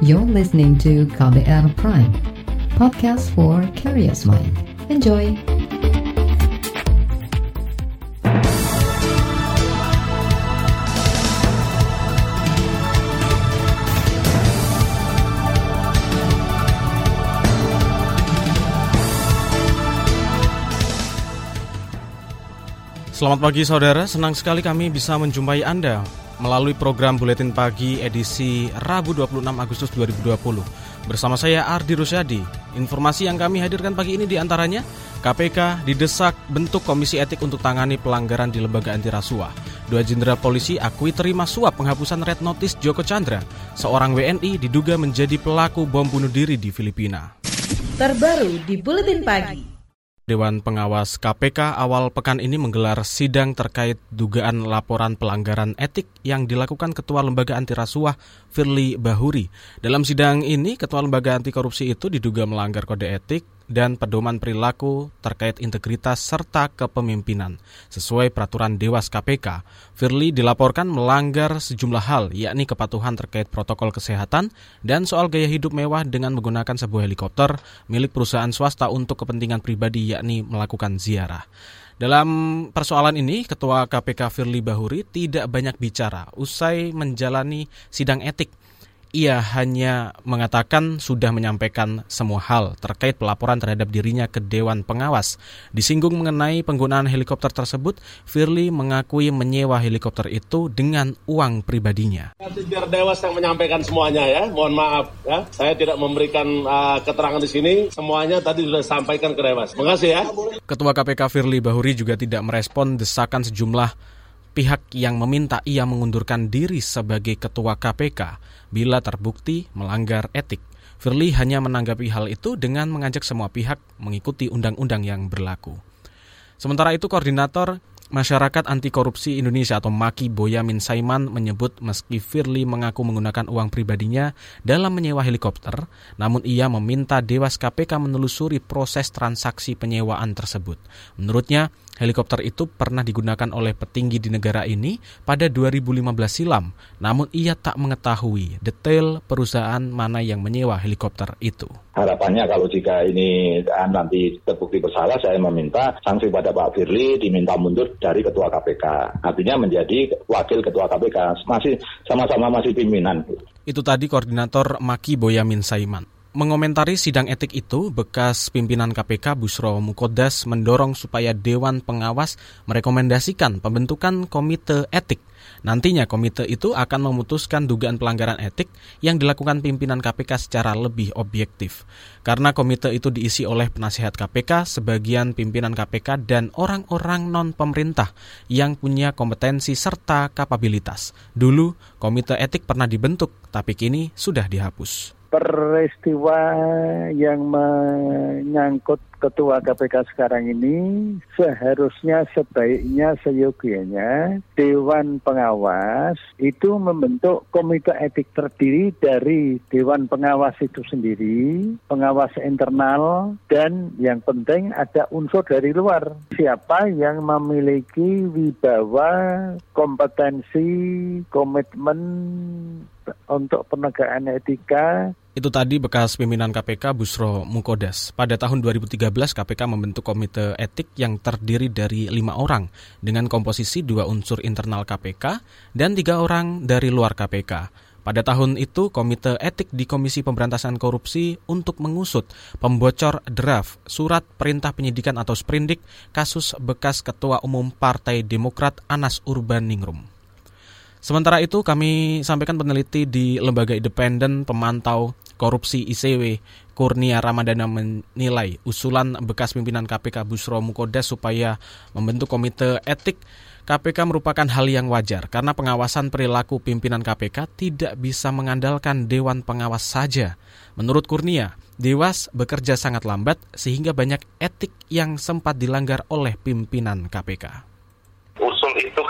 You're listening to KBR Prime, podcast for curious mind. Enjoy! Selamat pagi saudara, senang sekali kami bisa menjumpai Anda melalui program Buletin Pagi edisi Rabu 26 Agustus 2020. Bersama saya Ardi Rusyadi. Informasi yang kami hadirkan pagi ini diantaranya KPK didesak bentuk komisi etik untuk tangani pelanggaran di lembaga anti rasuah. 2 jenderal polisi akui terima suap penghapusan red notice Joko Chandra. Seorang WNI diduga menjadi pelaku bom bunuh diri di Filipina. Terbaru di Buletin Pagi. Dewan Pengawas KPK awal pekan ini menggelar sidang terkait dugaan laporan pelanggaran etik yang dilakukan Ketua Lembaga Anti Rasuah Firly Bahuri. Dalam sidang ini, Ketua Lembaga Anti Korupsi itu diduga melanggar kode etik dan pedoman perilaku terkait integritas serta kepemimpinan. Sesuai peraturan Dewas KPK, Firly dilaporkan melanggar sejumlah hal, yakni kepatuhan terkait protokol kesehatan dan soal gaya hidup mewah dengan menggunakan sebuah helikopter milik perusahaan swasta untuk kepentingan pribadi, yakni melakukan ziarah. Dalam persoalan ini, Ketua KPK Firly Bahuri tidak banyak bicara usai menjalani sidang etik. Ia hanya mengatakan sudah menyampaikan semua hal terkait pelaporan terhadap dirinya ke Dewan Pengawas. Disinggung mengenai penggunaan helikopter tersebut, Firly mengakui menyewa helikopter itu dengan uang pribadinya. Biar Dewas yang menyampaikan semuanya ya, mohon maaf ya. Saya tidak memberikan keterangan di sini, semuanya tadi sudah disampaikan ke Dewas. Terima kasih ya. Ketua KPK Firly Bahuri juga tidak merespon desakan sejumlah pihak yang meminta ia mengundurkan diri sebagai Ketua KPK bila terbukti melanggar etik. Firly hanya menanggapi hal itu dengan mengajak semua pihak mengikuti undang-undang yang berlaku. Sementara itu, Koordinator Masyarakat Anti Korupsi Indonesia atau MAKI Boyamin Saiman menyebut meski Firly mengaku menggunakan uang pribadinya dalam menyewa helikopter, namun ia meminta Dewas KPK menelusuri proses transaksi penyewaan tersebut. Menurutnya, helikopter itu pernah digunakan oleh petinggi di negara ini pada 2015 silam, namun ia tak mengetahui detail perusahaan mana yang menyewa helikopter itu. Harapannya kalau jika ini nanti terbukti bersalah, saya meminta sanksi pada Pak Firly diminta mundur dari Ketua KPK. Artinya menjadi Wakil Ketua KPK, masih sama-sama masih pimpinan. Itu tadi Koordinator MAKI Boyamin Saiman. Mengomentari sidang etik itu, bekas pimpinan KPK Bushro Mukodas mendorong supaya Dewan Pengawas merekomendasikan pembentukan komite etik. Nantinya komite itu akan memutuskan dugaan pelanggaran etik yang dilakukan pimpinan KPK secara lebih objektif. Karena komite itu diisi oleh penasihat KPK, sebagian pimpinan KPK, dan orang-orang non-pemerintah yang punya kompetensi serta kapabilitas. Dulu komite etik pernah dibentuk, tapi kini sudah dihapus. Peristiwa yang menyangkut Ketua KPK sekarang ini seharusnya sebaiknya seyogianya Dewan Pengawas itu membentuk komite etik terdiri dari Dewan Pengawas itu sendiri, pengawas internal, dan yang penting ada unsur dari luar. Siapa yang memiliki wibawa, kompetensi, komitmen untuk penegakan etika. Itu tadi bekas pimpinan KPK Bushro Mukodas. Pada tahun 2013 KPK membentuk komite etik yang terdiri dari 5 orang dengan komposisi 2 unsur internal KPK dan 3 orang dari luar KPK. Pada tahun itu komite etik di Komisi Pemberantasan Korupsi untuk mengusut pembocor draft surat perintah penyidikan atau sprindik kasus bekas Ketua Umum Partai Demokrat Anas Urbaningrum. Sementara itu, kami sampaikan peneliti di Lembaga Independen Pemantau Korupsi ICW, Kurnia Ramadana, menilai usulan bekas pimpinan KPK Bushro Mukodas supaya membentuk komite etik KPK merupakan hal yang wajar karena pengawasan perilaku pimpinan KPK tidak bisa mengandalkan Dewan Pengawas saja. Menurut Kurnia, Dewas bekerja sangat lambat sehingga banyak etik yang sempat dilanggar oleh pimpinan KPK. Usul itu kan tim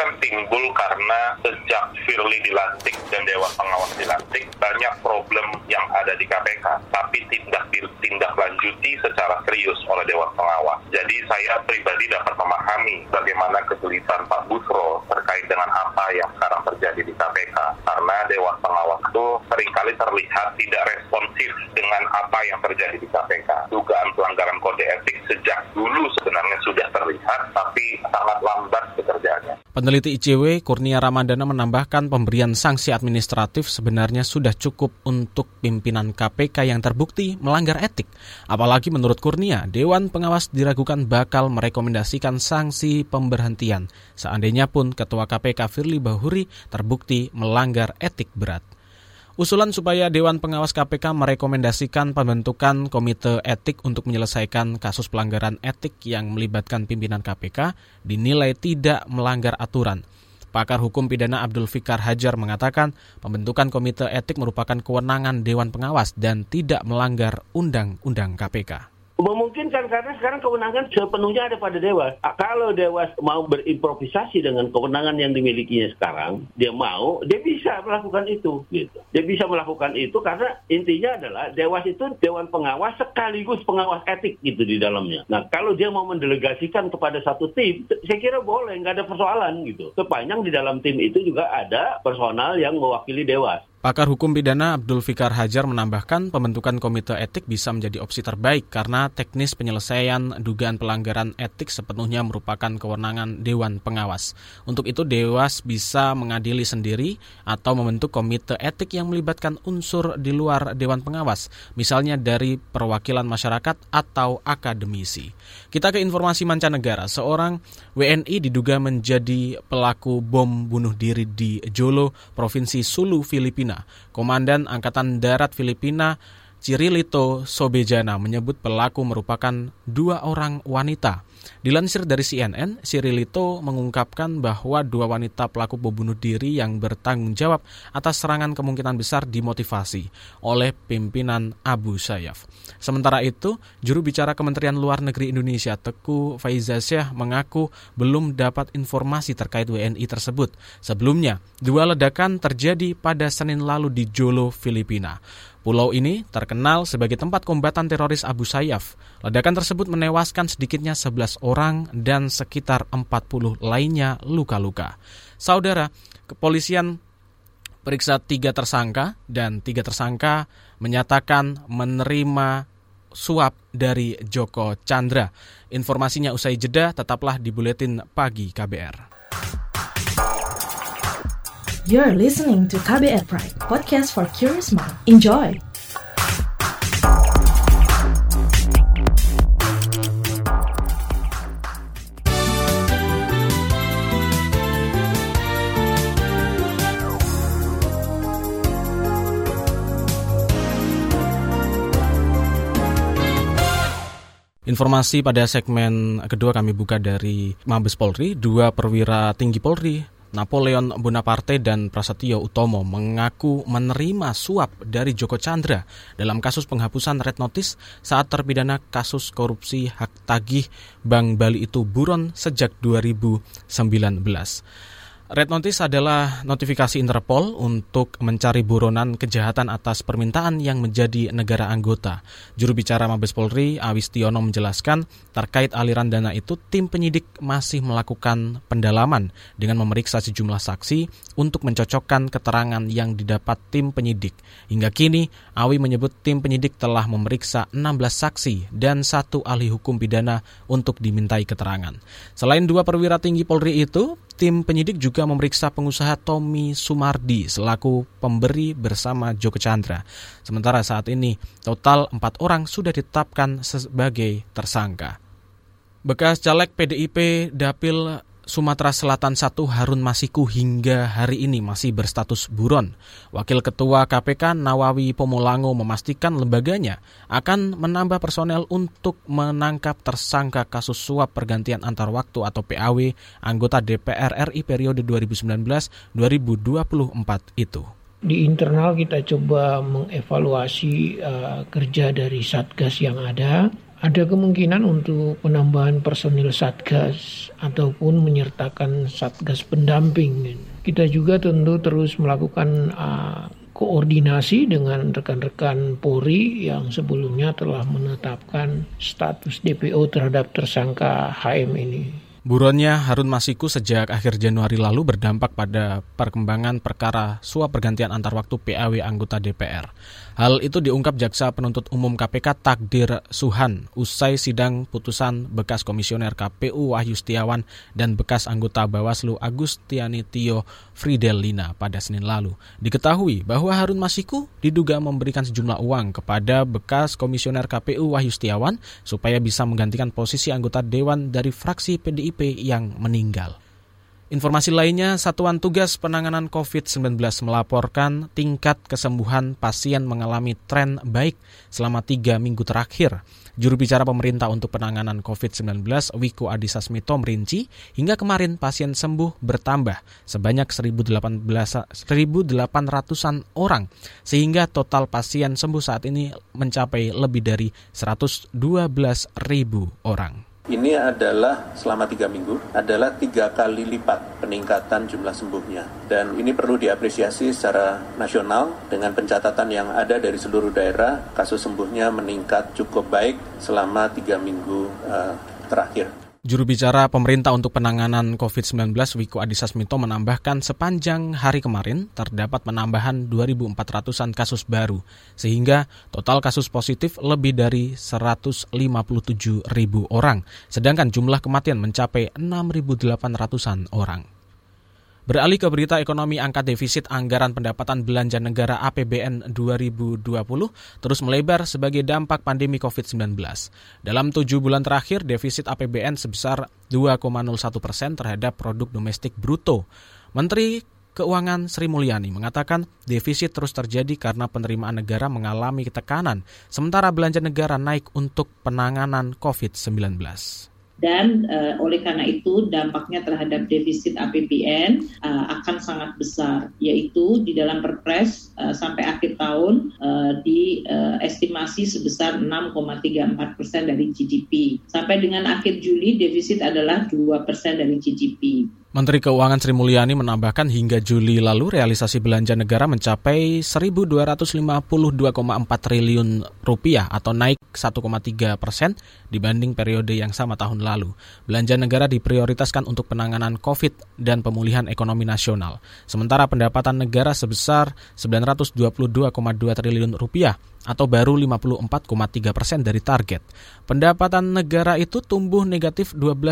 timbul karena sejak Firly dilantik dan Dewan Pengawas dilantik, banyak problem yang ada di KPK, tapi tindak lanjuti secara serius oleh Dewan Pengawas. Jadi saya pribadi dapat memahami bagaimana kesulitan Pak Busro terkait dengan apa yang sekarang terjadi di KPK, karena Dewan Pengawas itu seringkali terlihat tidak responsif dengan apa yang terjadi di KPK. Dugaan pelanggaran kode etik sejak dulu sebenarnya sudah terlihat, tapi sangat lambat bekerjanya. Peneliti ICW Kurnia Ramadana menambahkan pemberian sanksi administratif sebenarnya sudah cukup untuk pimpinan KPK yang terbukti melanggar etik. Apalagi menurut Kurnia, Dewan Pengawas diragukan bakal merekomendasikan sanksi pemberhentian seandainya pun Ketua KPK Firly Bahuri terbukti melanggar etik berat. Usulan supaya Dewan Pengawas KPK merekomendasikan pembentukan komite etik untuk menyelesaikan kasus pelanggaran etik yang melibatkan pimpinan KPK dinilai tidak melanggar aturan. Pakar hukum pidana Abdul Fikar Hajar mengatakan pembentukan komite etik merupakan kewenangan Dewan Pengawas dan tidak melanggar Undang-Undang KPK. Memungkinkan karena sekarang kewenangan sepenuhnya ada pada Dewas. Kalau Dewas mau berimprovisasi dengan kewenangan yang dimilikinya sekarang, dia bisa melakukan itu. Gitu. Dia bisa melakukan itu karena intinya adalah Dewas itu Dewan Pengawas sekaligus pengawas etik gitu di dalamnya. Nah, kalau dia mau mendelegasikan kepada satu tim, saya kira boleh, nggak ada persoalan gitu. Sepanjang di dalam tim itu juga ada personal yang mewakili Dewas. Pakar hukum pidana Abdul Fikar Hajar menambahkan pembentukan komite etik bisa menjadi opsi terbaik karena teknis penyelesaian dugaan pelanggaran etik sepenuhnya merupakan kewenangan Dewan Pengawas. Untuk itu Dewas bisa mengadili sendiri atau membentuk komite etik yang melibatkan unsur di luar Dewan Pengawas, misalnya dari perwakilan masyarakat atau akademisi. Kita ke informasi mancanegara. Seorang WNI diduga menjadi pelaku bom bunuh diri di Jolo, Provinsi Sulu, Filipina. Komandan Angkatan Darat Filipina Cirilito Sobejana menyebut pelaku merupakan 2 orang wanita. Dilansir dari CNN, Cirilito mengungkapkan bahwa 2 wanita pelaku bom bunuh diri yang bertanggung jawab atas serangan kemungkinan besar dimotivasi oleh pimpinan Abu Sayyaf. Sementara itu, juru bicara Kementerian Luar Negeri Indonesia Teguh Faizasyah mengaku belum dapat informasi terkait WNI tersebut. Sebelumnya, 2 ledakan terjadi pada Senin lalu di Jolo, Filipina. Pulau ini terkenal sebagai tempat kombatan teroris Abu Sayyaf. Ledakan tersebut menewaskan sedikitnya 11 orang dan sekitar 40 lainnya luka-luka. Saudara, kepolisian periksa 3 tersangka dan 3 tersangka menyatakan menerima suap dari Joko Chandra. Informasinya usai jeda, tetaplah di Buletin Pagi KBR. You're listening to KBR Pride, podcast for curious mind. Enjoy! Informasi pada segmen kedua kami buka dari Mabes Polri. 2 perwira tinggi Polri, Napoleon Bonaparte dan Prasetyo Utomo, mengaku menerima suap dari Joko Chandra dalam kasus penghapusan red notice saat terpidana kasus korupsi hak tagih Bank Bali itu buron sejak 2019. Red Notice adalah notifikasi Interpol untuk mencari buronan kejahatan atas permintaan yang menjadi negara anggota. Juru bicara Mabes Polri, Awistiono, menjelaskan terkait aliran dana itu tim penyidik masih melakukan pendalaman dengan memeriksa sejumlah saksi untuk mencocokkan keterangan yang didapat tim penyidik. Hingga kini, Awi menyebut tim penyidik telah memeriksa 16 saksi dan 1 ahli hukum pidana untuk dimintai keterangan. Selain 2 perwira tinggi Polri itu, tim penyidik juga memeriksa pengusaha Tommy Sumardi selaku pemberi bersama Joko Chandra. Sementara saat ini, total 4 orang sudah ditetapkan sebagai tersangka. Bekas caleg PDIP Dapil Sumatera Selatan 1 Harun Masiku hingga hari ini masih berstatus buron. Wakil Ketua KPK Nawawi Pomolango memastikan lembaganya akan menambah personel untuk menangkap tersangka kasus suap pergantian antar waktu atau PAW anggota DPR RI periode 2019-2024 itu. Di internal kita coba mengevaluasi kerja dari Satgas yang ada Ada kemungkinan untuk penambahan personil Satgas ataupun menyertakan Satgas pendamping. Kita juga tentu terus melakukan koordinasi dengan rekan-rekan Polri yang sebelumnya telah menetapkan status DPO terhadap tersangka HM ini. Buronnya Harun Masiku sejak akhir Januari lalu berdampak pada perkembangan perkara suap pergantian antar waktu PAW anggota DPR. Hal itu diungkap Jaksa Penuntut Umum KPK Takdir Suhan usai sidang putusan bekas Komisioner KPU Wahyu Setiawan dan bekas anggota Bawaslu Agustiani Tio Fridelina pada Senin lalu. Diketahui bahwa Harun Masiku diduga memberikan sejumlah uang kepada bekas Komisioner KPU Wahyu Setiawan supaya bisa menggantikan posisi anggota Dewan dari fraksi PDIP yang meninggal. Informasi lainnya, Satuan Tugas Penanganan COVID-19 melaporkan tingkat kesembuhan pasien mengalami tren baik selama 3 minggu terakhir. Juru bicara pemerintah untuk penanganan COVID-19, Wiku Adhisa Smito merinci, hingga kemarin pasien sembuh bertambah sebanyak 1.800-an orang, sehingga total pasien sembuh saat ini mencapai lebih dari 112.000 orang. Ini adalah selama 3 minggu, adalah 3 kali lipat peningkatan jumlah sembuhnya. Dan ini perlu diapresiasi secara nasional dengan pencatatan yang ada dari seluruh daerah, kasus sembuhnya meningkat cukup baik selama 3 minggu terakhir. Juru bicara pemerintah untuk penanganan COVID-19 Wiku Adhisa Smito menambahkan sepanjang hari kemarin terdapat penambahan 2.400-an kasus baru, sehingga total kasus positif lebih dari 157.000 orang, sedangkan jumlah kematian mencapai 6.800-an orang. Beralih ke berita ekonomi, angka defisit anggaran pendapatan belanja negara APBN 2020 terus melebar sebagai dampak pandemi COVID-19. Dalam 7 bulan terakhir, defisit APBN sebesar 2,01% terhadap produk domestik bruto. Menteri Keuangan Sri Mulyani mengatakan defisit terus terjadi karena penerimaan negara mengalami tekanan, sementara belanja negara naik untuk penanganan COVID-19. Dan oleh karena itu dampaknya terhadap defisit APBN akan sangat besar, yaitu di dalam Perpres sampai akhir tahun diestimasi sebesar 6,34% dari GDP. Sampai dengan akhir Juli defisit adalah 2% dari GDP. Menteri Keuangan Sri Mulyani menambahkan hingga Juli lalu realisasi belanja negara mencapai 1.252,4 triliun rupiah atau naik 1,3% dibanding periode yang sama tahun lalu. Belanja negara diprioritaskan untuk penanganan COVID dan pemulihan ekonomi nasional. Sementara pendapatan negara sebesar 922,2 triliun rupiah atau baru 54,3% dari target. Pendapatan negara itu tumbuh negatif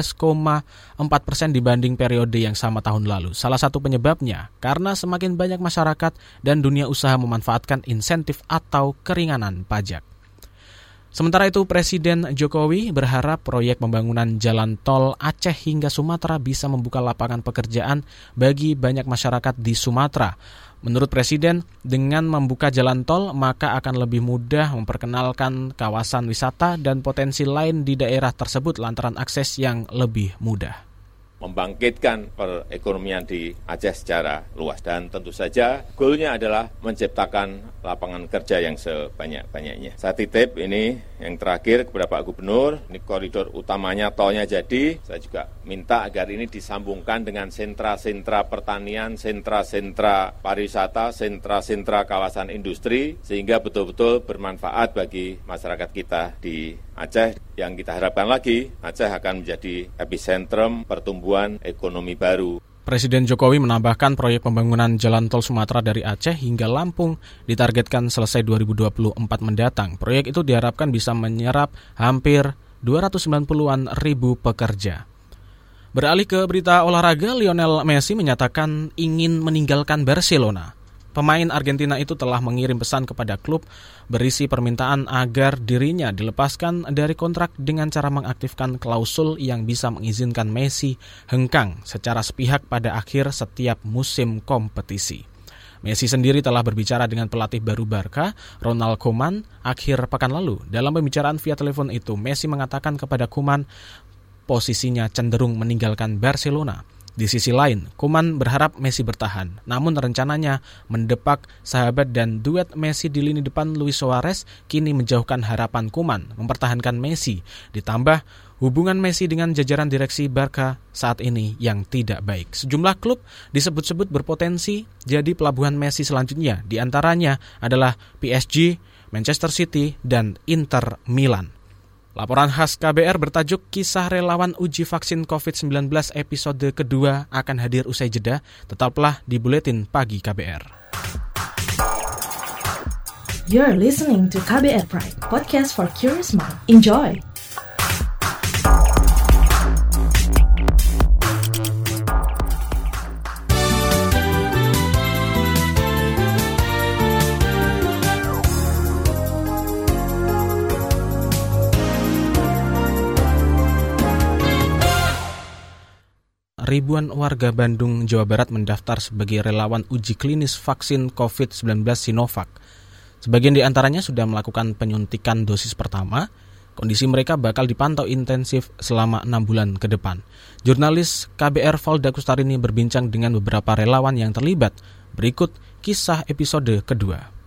12,4% dibanding periode yang sama tahun lalu. Salah satu penyebabnya karena semakin banyak masyarakat dan dunia usaha memanfaatkan insentif atau keringanan pajak. Sementara itu, Presiden Jokowi berharap proyek pembangunan jalan tol Aceh hingga Sumatera bisa membuka lapangan pekerjaan bagi banyak masyarakat di Sumatera. Menurut Presiden, dengan membuka jalan tol, maka akan lebih mudah memperkenalkan kawasan wisata dan potensi lain di daerah tersebut lantaran akses yang lebih mudah. Membangkitkan perekonomian di Aceh secara luas. Dan tentu saja goalnya adalah menciptakan lapangan kerja yang sebanyak-banyaknya. Saya titip ini yang terakhir kepada Pak Gubernur, ini koridor utamanya tolnya jadi, saya juga minta agar ini disambungkan dengan sentra-sentra pertanian, sentra-sentra pariwisata, sentra-sentra kawasan industri, sehingga betul-betul bermanfaat bagi masyarakat kita di Aceh. Yang kita harapkan lagi, Aceh akan menjadi epicentrum pertumbuhan ekonomi baru. Presiden Jokowi menambahkan proyek pembangunan jalan tol Sumatera dari Aceh hingga Lampung ditargetkan selesai 2024 mendatang. Proyek itu diharapkan bisa menyerap hampir 290-an ribu pekerja. Beralih ke berita olahraga, Lionel Messi menyatakan ingin meninggalkan Barcelona. Pemain Argentina itu telah mengirim pesan kepada klub berisi permintaan agar dirinya dilepaskan dari kontrak dengan cara mengaktifkan klausul yang bisa mengizinkan Messi hengkang secara sepihak pada akhir setiap musim kompetisi. Messi sendiri telah berbicara dengan pelatih baru Barca, Ronald Koeman, akhir pekan lalu. Dalam pembicaraan via telepon itu, Messi mengatakan kepada Koeman posisinya cenderung meninggalkan Barcelona. Di sisi lain, Koeman berharap Messi bertahan, namun rencananya mendepak sahabat dan duet Messi di lini depan Luis Suarez kini menjauhkan harapan Koeman mempertahankan Messi, ditambah hubungan Messi dengan jajaran direksi Barca saat ini yang tidak baik. Sejumlah klub disebut-sebut berpotensi jadi pelabuhan Messi selanjutnya, di antaranya adalah PSG, Manchester City, dan Inter Milan. Laporan khas KBR bertajuk Kisah Relawan Uji Vaksin COVID-19 episode kedua akan hadir usai jeda. Tetaplah di Buletin Pagi KBR. You're listening to KBR Pride, podcast for curious mind. Enjoy! Ribuan warga Bandung, Jawa Barat mendaftar sebagai relawan uji klinis vaksin COVID-19 Sinovac. Sebagian di antaranya sudah melakukan penyuntikan dosis pertama. Kondisi mereka bakal dipantau intensif selama 6 bulan ke depan. Jurnalis KBR Valda Kustarini berbincang dengan beberapa relawan yang terlibat. Berikut kisah episode kedua.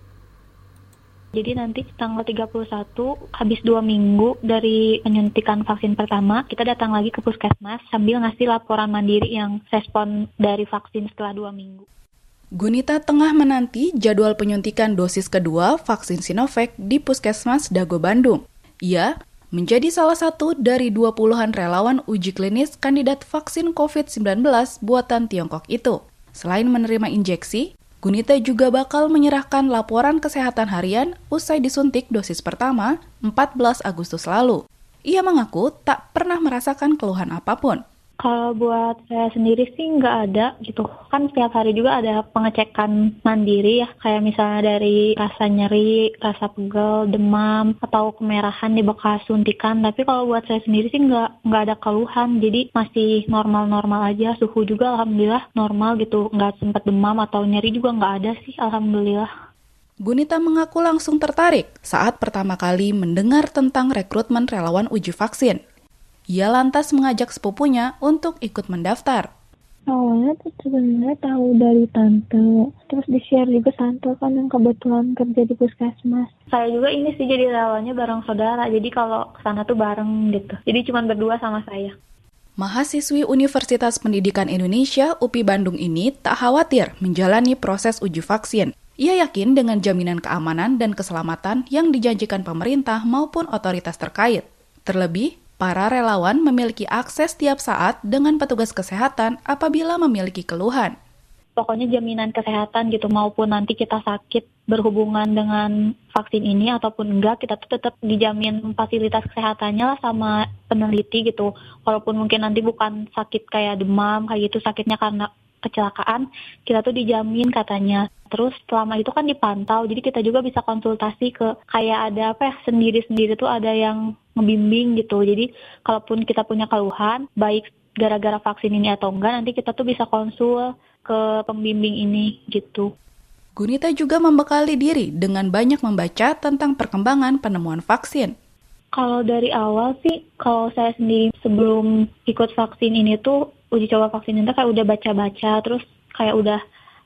Jadi nanti tanggal 31 habis 2 minggu dari penyuntikan vaksin pertama, kita datang lagi ke puskesmas sambil ngasih laporan mandiri yang respon dari vaksin setelah 2 minggu. Gunita tengah menanti jadwal penyuntikan dosis kedua vaksin Sinovac di Puskesmas Dago Bandung. Ia menjadi salah satu dari 20-an relawan uji klinis kandidat vaksin COVID-19 buatan Tiongkok itu. Selain menerima injeksi, Gunita juga bakal menyerahkan laporan kesehatan harian usai disuntik dosis pertama 14 Agustus lalu. Ia mengaku tak pernah merasakan keluhan apapun. Kalau buat saya sendiri sih nggak ada gitu. Kan setiap hari juga ada pengecekan mandiri ya. Kayak misalnya dari rasa nyeri, rasa pegel, demam, atau kemerahan di bekas suntikan. Tapi kalau buat saya sendiri sih nggak ada keluhan. Jadi masih normal-normal aja. Suhu juga alhamdulillah normal gitu. Nggak sempat demam atau nyeri juga nggak ada sih alhamdulillah. Gunita mengaku langsung tertarik saat pertama kali mendengar tentang rekrutmen relawan uji vaksin. Ia lantas mengajak sepupunya untuk ikut mendaftar. Awalnya tuh sebenarnya tahu dari tante, terus di-share juga tante kan yang kebetulan kerja di puskesmas. Saya juga ini sih jadi relawannya bareng saudara, jadi kalau kesana tuh bareng gitu. Jadi cuma berdua sama saya. Mahasiswi Universitas Pendidikan Indonesia UPI Bandung ini tak khawatir menjalani proses uji vaksin. Ia yakin dengan jaminan keamanan dan keselamatan yang dijanjikan pemerintah maupun otoritas terkait. Terlebih, para relawan memiliki akses tiap saat dengan petugas kesehatan apabila memiliki keluhan. Pokoknya jaminan kesehatan gitu, maupun nanti kita sakit berhubungan dengan vaksin ini ataupun enggak, kita tuh tetap dijamin fasilitas kesehatannya lah sama peneliti gitu. Walaupun mungkin nanti bukan sakit kayak demam, kayak gitu, sakitnya karena kecelakaan, kita tuh dijamin katanya. Terus selama itu kan dipantau, jadi kita juga bisa konsultasi ke kayak ada sendiri-sendiri tuh ada yang ngebimbing gitu. Jadi kalaupun kita punya keluhan, baik gara-gara vaksin ini atau enggak, nanti kita tuh bisa konsul ke pembimbing ini gitu. Gunita juga membekali diri dengan banyak membaca tentang perkembangan penemuan vaksin. Kalau dari awal sih, kalau saya sendiri sebelum ikut vaksin ini tuh, uji coba vaksin itu kayak udah baca-baca, terus kayak udah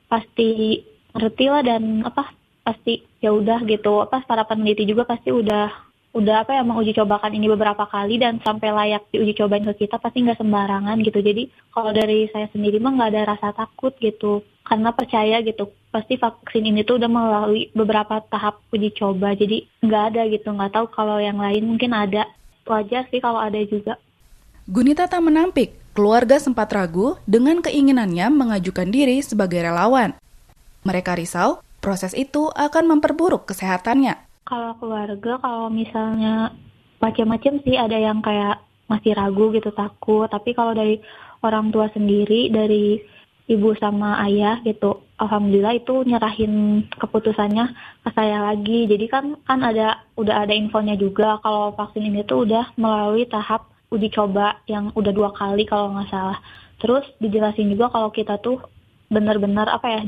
pasti ngerti lah dan pasti ya udah gitu. Para peneliti juga pasti udah menguji cobakan ini beberapa kali dan sampai layak diuji cobain ke kita pasti nggak sembarangan gitu. Jadi kalau dari saya sendiri mah nggak ada rasa takut gitu, karena percaya gitu pasti vaksin ini tuh udah melalui beberapa tahap uji coba. Jadi nggak ada gitu, nggak tahu kalau yang lain mungkin ada. Wajar sih kalau ada juga. Gunita tak menampik, keluarga sempat ragu dengan keinginannya mengajukan diri sebagai relawan. Mereka risau, proses itu akan memperburuk kesehatannya. Kalau keluarga, kalau misalnya macam-macam sih, ada yang kayak masih ragu gitu, takut. Tapi kalau dari orang tua sendiri, dari ibu sama ayah gitu, alhamdulillah itu nyerahin keputusannya ke saya lagi. Jadi kan udah ada infonya juga kalau vaksin ini tuh udah melalui tahap uji coba yang udah 2 kali kalau nggak salah. Terus dijelasin juga kalau kita tuh benar-benar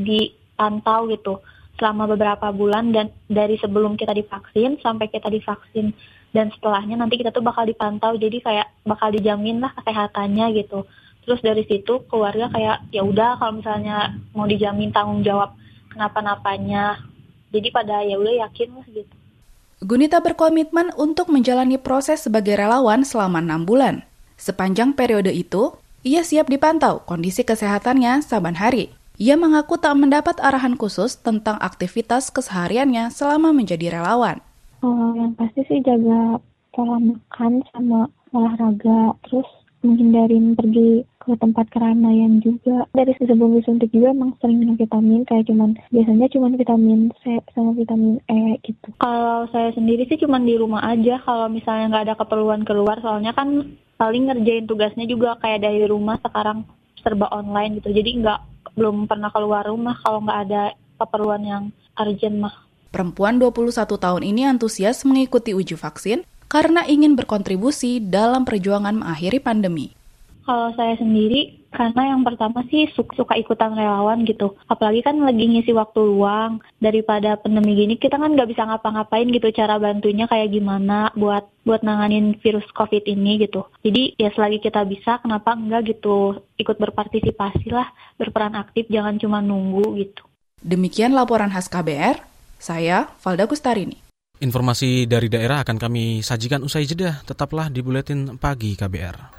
dipantau gitu selama beberapa bulan, dan dari sebelum kita divaksin sampai kita divaksin dan setelahnya nanti kita tuh bakal dipantau, jadi kayak bakal dijamin lah kesehatannya gitu. Terus dari situ keluarga kayak ya udah kalau misalnya mau dijamin tanggung jawab kenapa-napanya, jadi pada ya udah yakin lah gitu. Gunita berkomitmen untuk menjalani proses sebagai relawan selama 6 bulan. Sepanjang periode itu, ia siap dipantau kondisi kesehatannya saban hari. Ia mengaku tak mendapat arahan khusus tentang aktivitas kesehariannya selama menjadi relawan. Yang pasti sih jaga pola makan sama olahraga, terus menghindarin pergi ke tempat keramaian juga. Dari sebelum disuntik juga emang sering minum vitamin, kayak biasanya vitamin C sama vitamin E gitu. Kalau saya sendiri sih cuma di rumah aja, kalau misalnya nggak ada keperluan keluar, soalnya kan paling ngerjain tugasnya juga kayak dari rumah, sekarang serba online gitu, jadi belum pernah keluar rumah kalau nggak ada keperluan yang urgent mah. Perempuan 21 tahun ini antusias mengikuti uji vaksin karena ingin berkontribusi dalam perjuangan mengakhiri pandemi. Kalau saya sendiri, karena yang pertama sih suka ikutan relawan gitu. Apalagi kan lagi ngisi waktu luang. Daripada pandemi gini, kita kan nggak bisa ngapa-ngapain gitu. Cara bantunya kayak gimana buat nanganin virus COVID ini gitu. Jadi ya selagi kita bisa, kenapa enggak gitu. Ikut berpartisipasi lah, berperan aktif, jangan cuma nunggu gitu. Demikian laporan khas KBR, saya Valda Kustarini. Informasi dari daerah akan kami sajikan usai jeda. Tetaplah di Buletin Pagi KBR.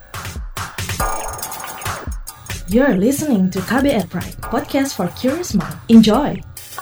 You're listening to KBR Prime, podcast for curious mind. Enjoy!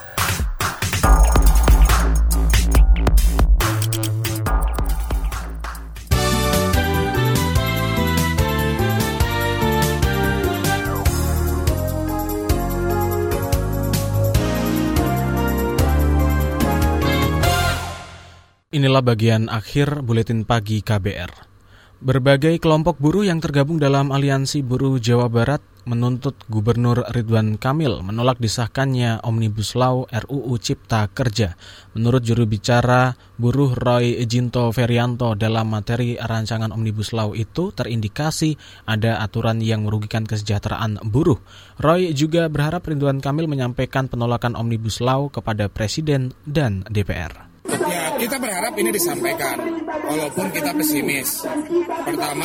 Inilah bagian akhir Buletin Pagi KBR. Berbagai kelompok buruh yang tergabung dalam Aliansi Buruh Jawa Barat menuntut Gubernur Ridwan Kamil menolak disahkannya Omnibus Law RUU Cipta Kerja. Menurut juru bicara buruh Roy Jinto Ferianto, dalam materi rancangan Omnibus Law itu terindikasi ada aturan yang merugikan kesejahteraan buruh. Roy juga berharap Ridwan Kamil menyampaikan penolakan Omnibus Law kepada Presiden dan DPR. Ya, kita berharap ini disampaikan, walaupun kita pesimis. Pertama,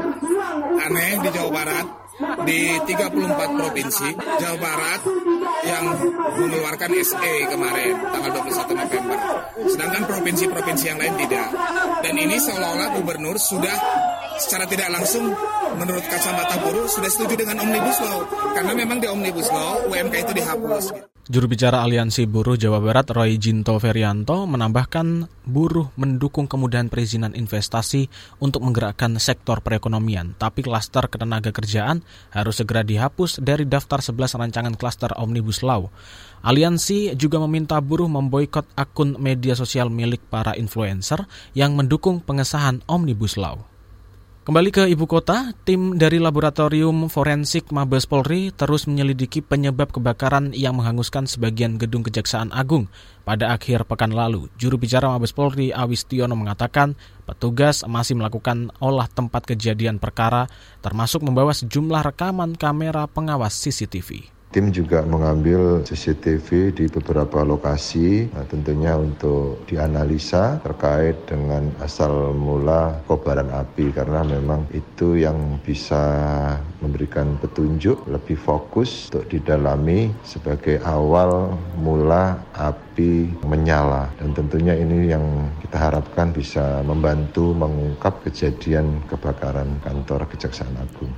aneh di Jawa Barat, di 34 provinsi, Jawa Barat yang mengeluarkan SE kemarin, tanggal 21 November. Sedangkan provinsi-provinsi yang lain tidak. Dan ini seolah-olah gubernur sudah secara tidak langsung, menurut kacamata buruh, sudah setuju dengan Omnibus Law. Karena memang di Omnibus Law, UMK itu dihapus. Juru bicara Aliansi Buruh Jawa Barat Roy Jinto Ferianto menambahkan buruh mendukung kemudahan perizinan investasi untuk menggerakkan sektor perekonomian, tapi klaster ketenaga kerjaan harus segera dihapus dari daftar 11 rancangan klaster Omnibus Law. Aliansi juga meminta buruh memboikot akun media sosial milik para influencer yang mendukung pengesahan Omnibus Law. Kembali ke ibu kota, tim dari Laboratorium Forensik Mabes Polri terus menyelidiki penyebab kebakaran yang menghanguskan sebagian gedung Kejaksaan Agung pada akhir pekan lalu. Juru bicara Mabes Polri Awistiono mengatakan petugas masih melakukan olah tempat kejadian perkara, termasuk membawa sejumlah rekaman kamera pengawas CCTV. Tim juga mengambil CCTV di beberapa lokasi, tentunya untuk dianalisa terkait dengan asal mula kobaran api, karena memang itu yang bisa memberikan petunjuk lebih fokus untuk didalami sebagai awal mula api menyala. Dan tentunya ini yang kita harapkan bisa membantu mengungkap kejadian kebakaran kantor Kejaksaan Agung.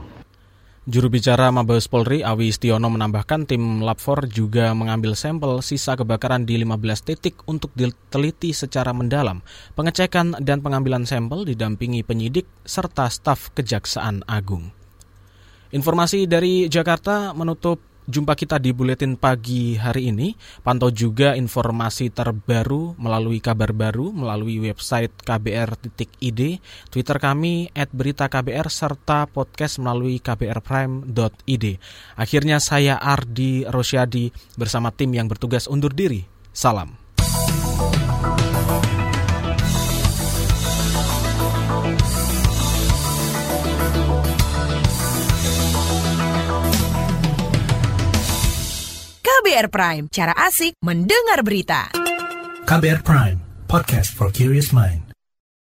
Juru bicara Mabes Polri Awistiono menambahkan tim Labfor juga mengambil sampel sisa kebakaran di 15 titik untuk diteliti secara mendalam. Pengecekan dan pengambilan sampel didampingi penyidik serta staf Kejaksaan Agung. Informasi dari Jakarta menutup jumpa kita di Buletin Pagi hari ini. Pantau juga informasi terbaru melalui kabar baru melalui website kbr.id, Twitter kami @beritaKBR, serta podcast melalui kbrprime.id. Akhirnya saya Ardi Rosyadi bersama tim yang bertugas undur diri. Salam. KBR Prime, cara asik mendengar berita. KBR Prime, podcast for curious mind.